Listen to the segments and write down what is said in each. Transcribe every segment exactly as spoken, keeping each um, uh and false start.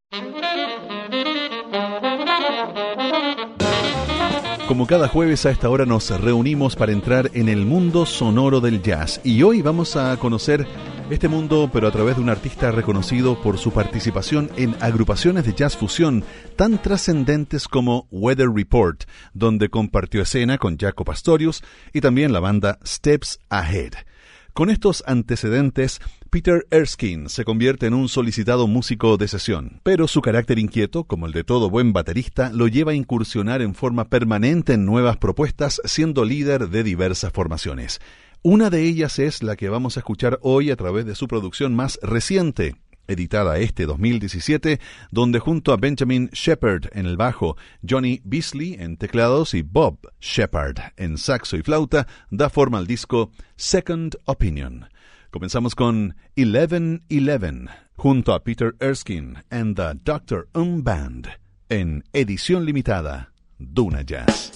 Como cada jueves a esta hora nos reunimos para entrar en el mundo sonoro del jazz y hoy vamos a conocer este mundo pero a través de un artista reconocido por su participación en agrupaciones de jazz fusión tan trascendentes como Weather Report, donde compartió escena con Jaco Pastorius y también la banda Steps Ahead. Con estos antecedentes, Peter Erskine se convierte en un solicitado músico de sesión, pero su carácter inquieto, como el de todo buen baterista, lo lleva a incursionar en forma permanente en nuevas propuestas, siendo líder de diversas formaciones. Una de ellas es la que vamos a escuchar hoy a través de su producción más reciente, editada este dos mil diecisiete, donde junto a Benjamin Shepard en el bajo, Johnny Beasley en teclados y Bob Shepard en saxo y flauta, da forma al disco Second Opinion. Comenzamos con eleven eleven, junto a Peter Erskine and the doctor Um Band, en edición limitada, Duna Jazz.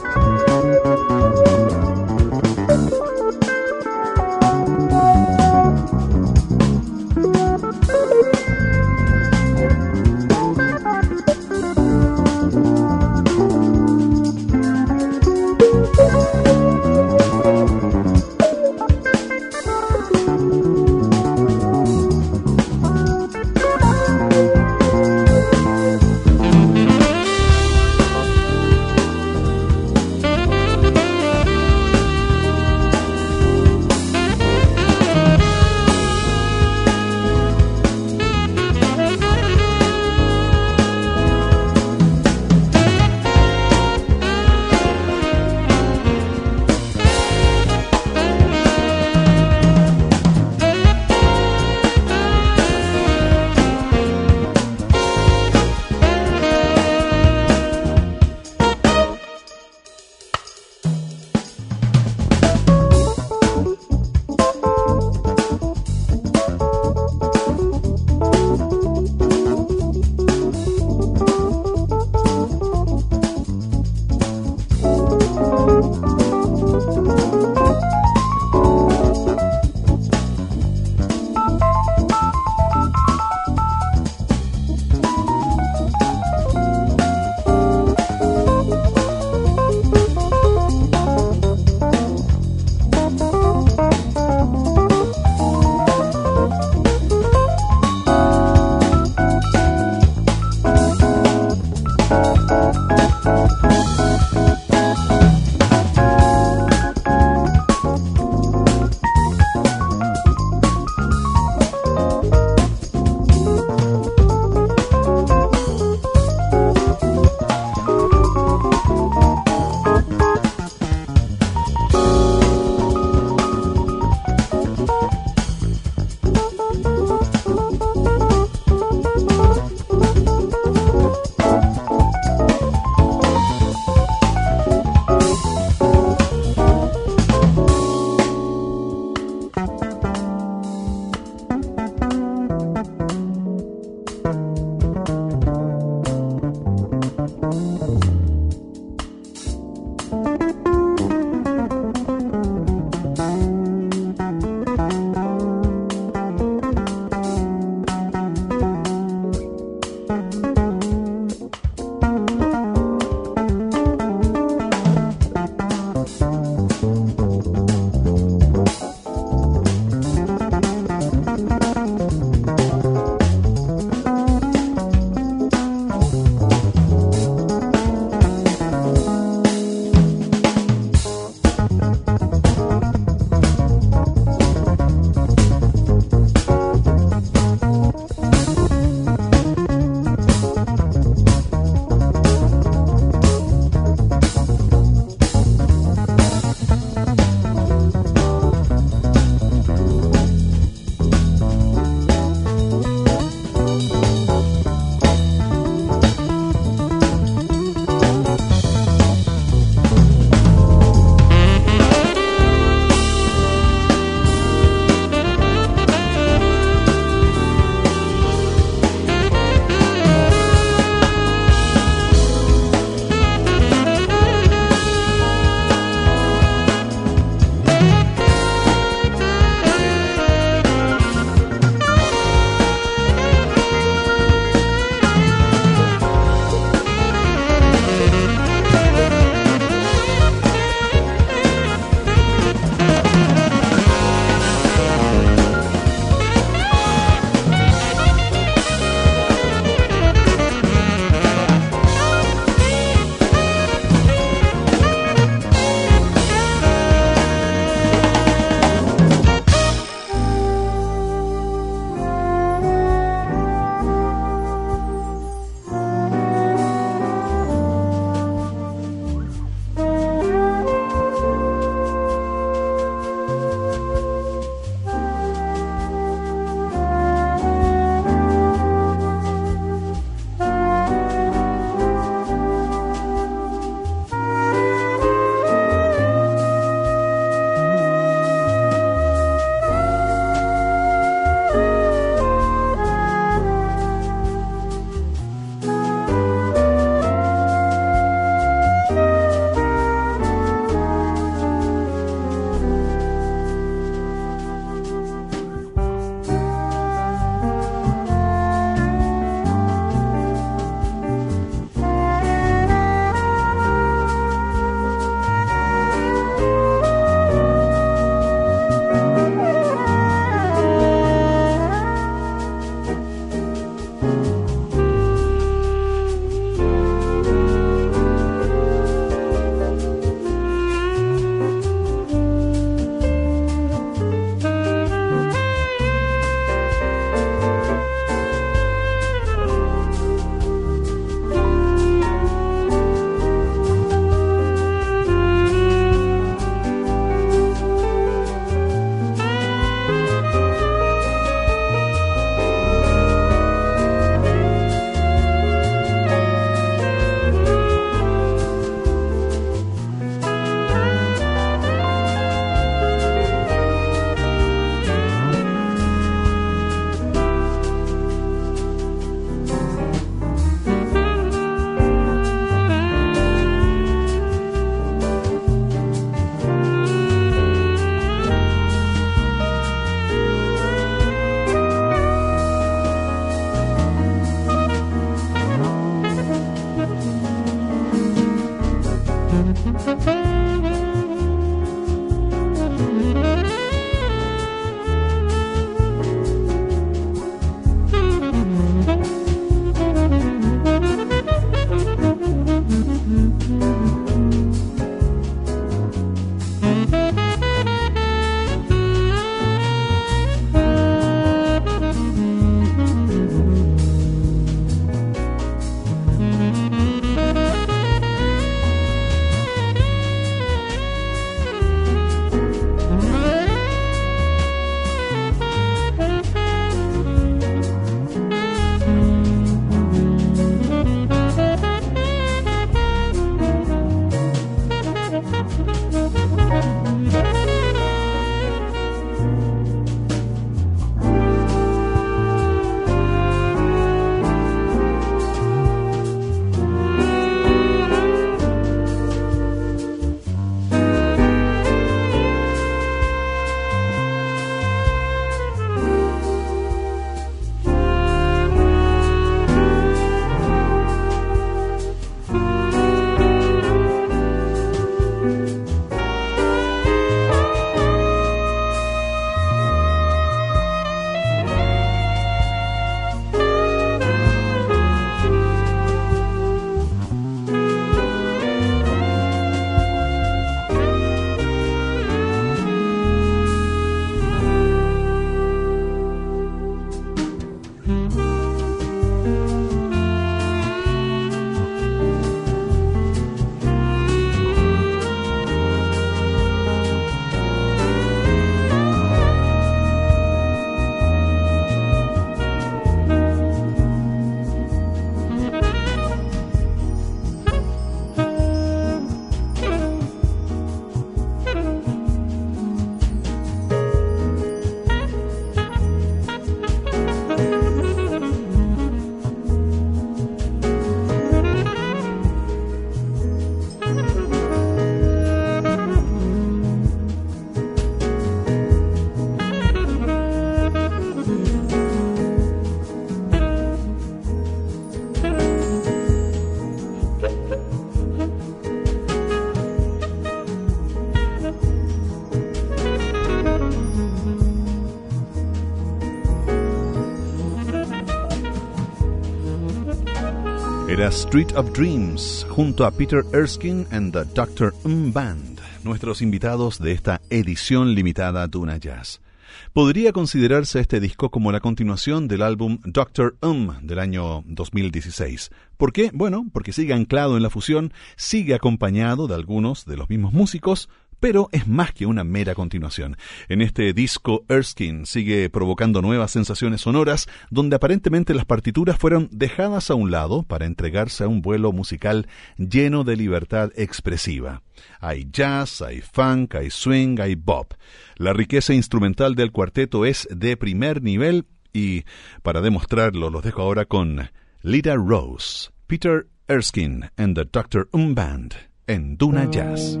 Era Street of Dreams, junto a Peter Erskine and the doctor Um Band, nuestros invitados de esta edición limitada Duna Jazz. Podría considerarse este disco como la continuación del álbum doctor Um del año dos mil dieciséis. ¿Por qué? Bueno, porque sigue anclado en la fusión, sigue acompañado de algunos de los mismos músicos, pero es más que una mera continuación. En este disco, Erskine sigue provocando nuevas sensaciones sonoras, donde aparentemente las partituras fueron dejadas a un lado para entregarse a un vuelo musical lleno de libertad expresiva. Hay jazz, hay funk, hay swing, hay bop. La riqueza instrumental del cuarteto es de primer nivel y, para demostrarlo, los dejo ahora con Lita Rose, Peter Erskine and the doctor Um Band en Duna Jazz.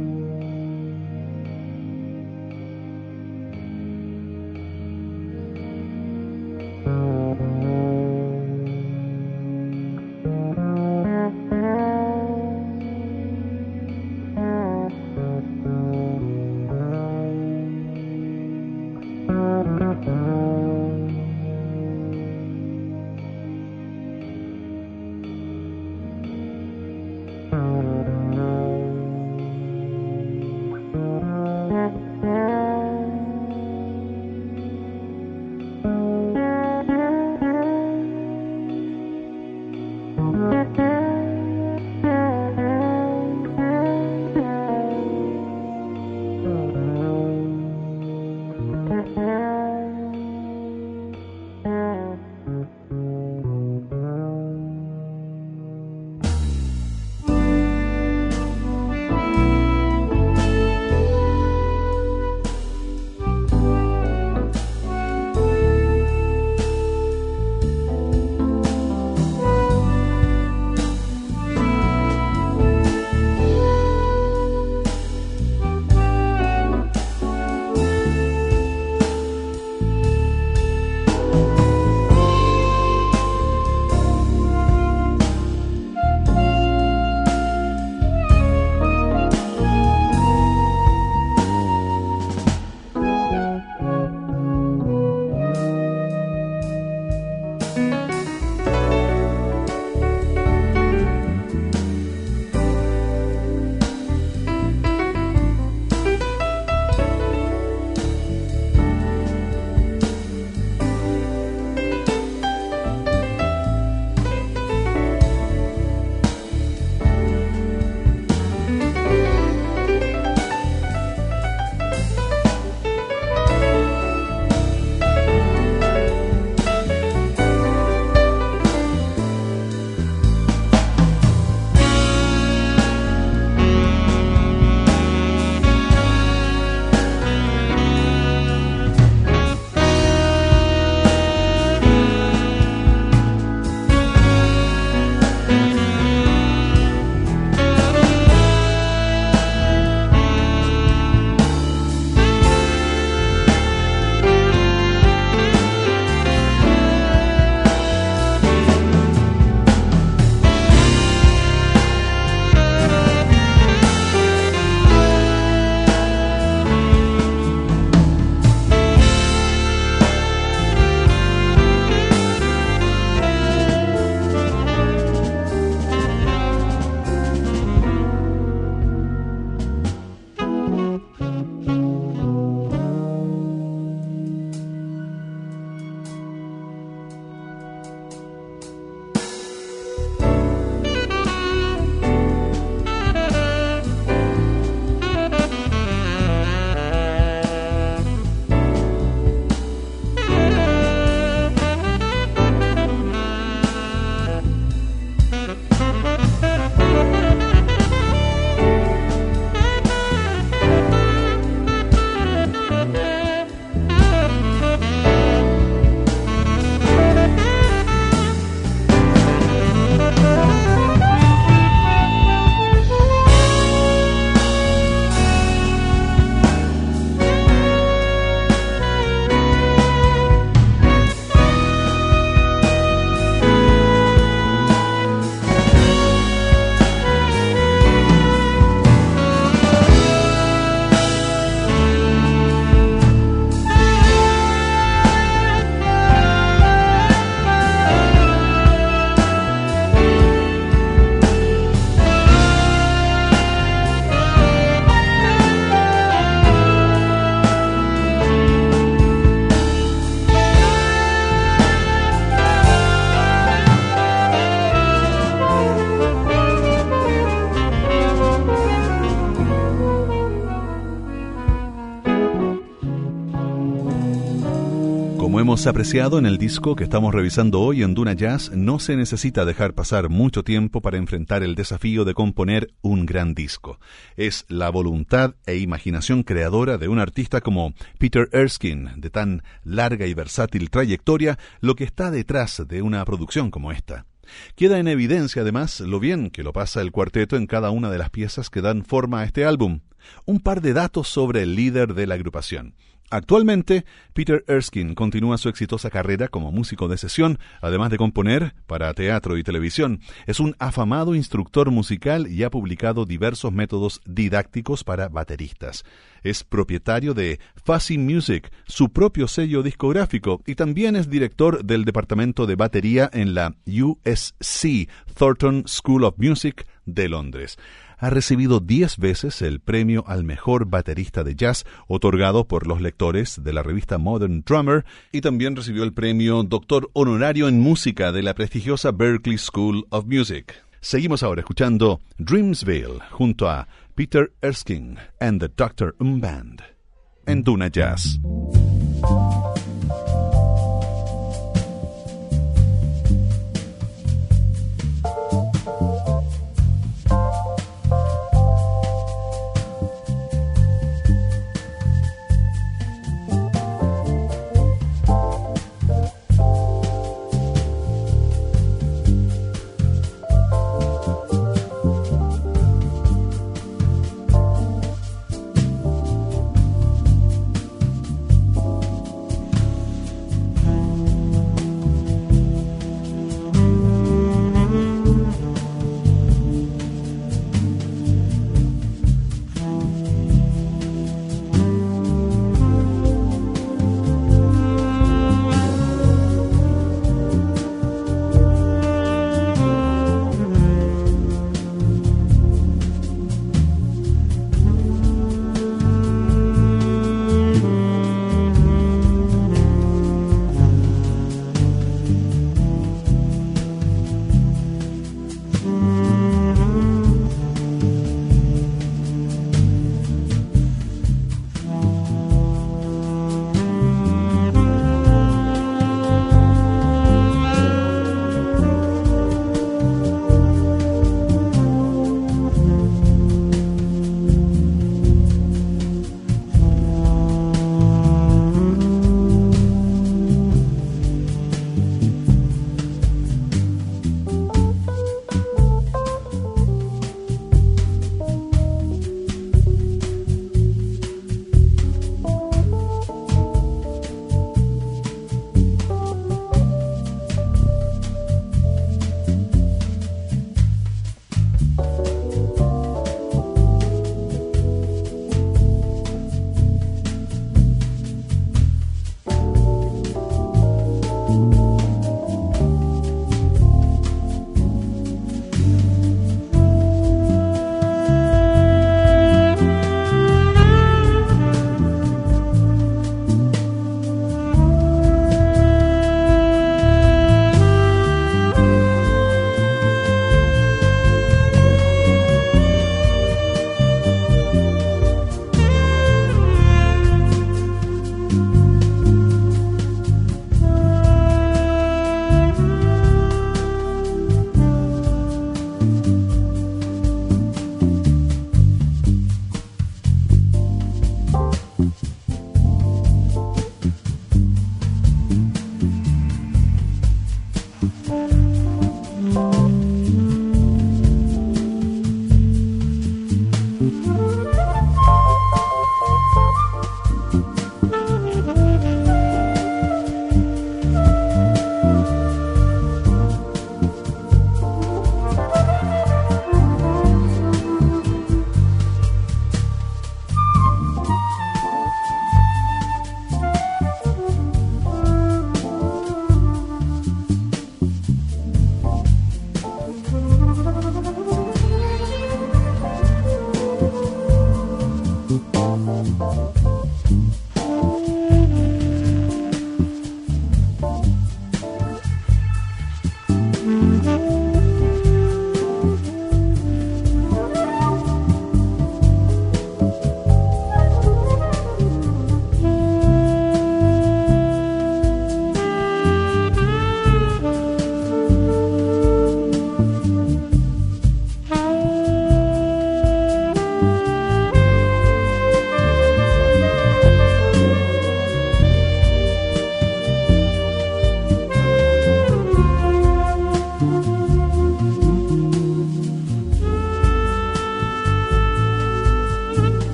Como hemos apreciado en el disco que estamos revisando hoy en Duna Jazz, no se necesita dejar pasar mucho tiempo para enfrentar el desafío de componer un gran disco. Es la voluntad e imaginación creadora de un artista como Peter Erskine, de tan larga y versátil trayectoria, lo que está detrás de una producción como esta. Queda en evidencia, además, lo bien que lo pasa el cuarteto en cada una de las piezas que dan forma a este álbum. Un par de datos sobre el líder de la agrupación. Actualmente, Peter Erskine continúa su exitosa carrera como músico de sesión, además de componer para teatro y televisión. Es un afamado instructor musical y ha publicado diversos métodos didácticos para bateristas. Es propietario de Fuzzy Music, su propio sello discográfico, y también es director del departamento de batería en la U S C, Thornton School of Music de Londres. Ha recibido diez veces el premio al mejor baterista de jazz, otorgado por los lectores de la revista Modern Drummer, y también recibió el premio Doctor Honorario en Música de la prestigiosa Berklee School of Music. Seguimos ahora escuchando Dreamsville junto a Peter Erskine and the Doctor Um Band en Duna Jazz.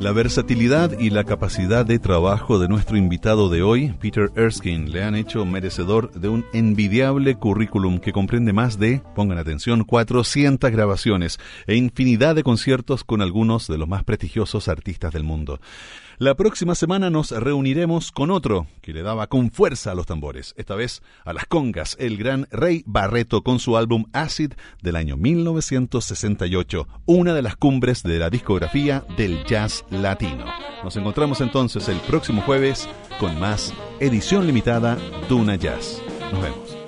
La versatilidad y la capacidad de trabajo de nuestro invitado de hoy, Peter Erskine, le han hecho merecedor de un envidiable currículum que comprende más de, pongan atención, cuatrocientas grabaciones e infinidad de conciertos con algunos de los más prestigiosos artistas del mundo. La próxima semana nos reuniremos con otro que le daba con fuerza a los tambores, esta vez a las congas, el gran Ray Barretto con su álbum Acid del año mil novecientos sesenta y ocho, una de las cumbres de la discografía del jazz latino. Nos encontramos entonces el próximo jueves con más edición limitada Duna Jazz. Nos vemos.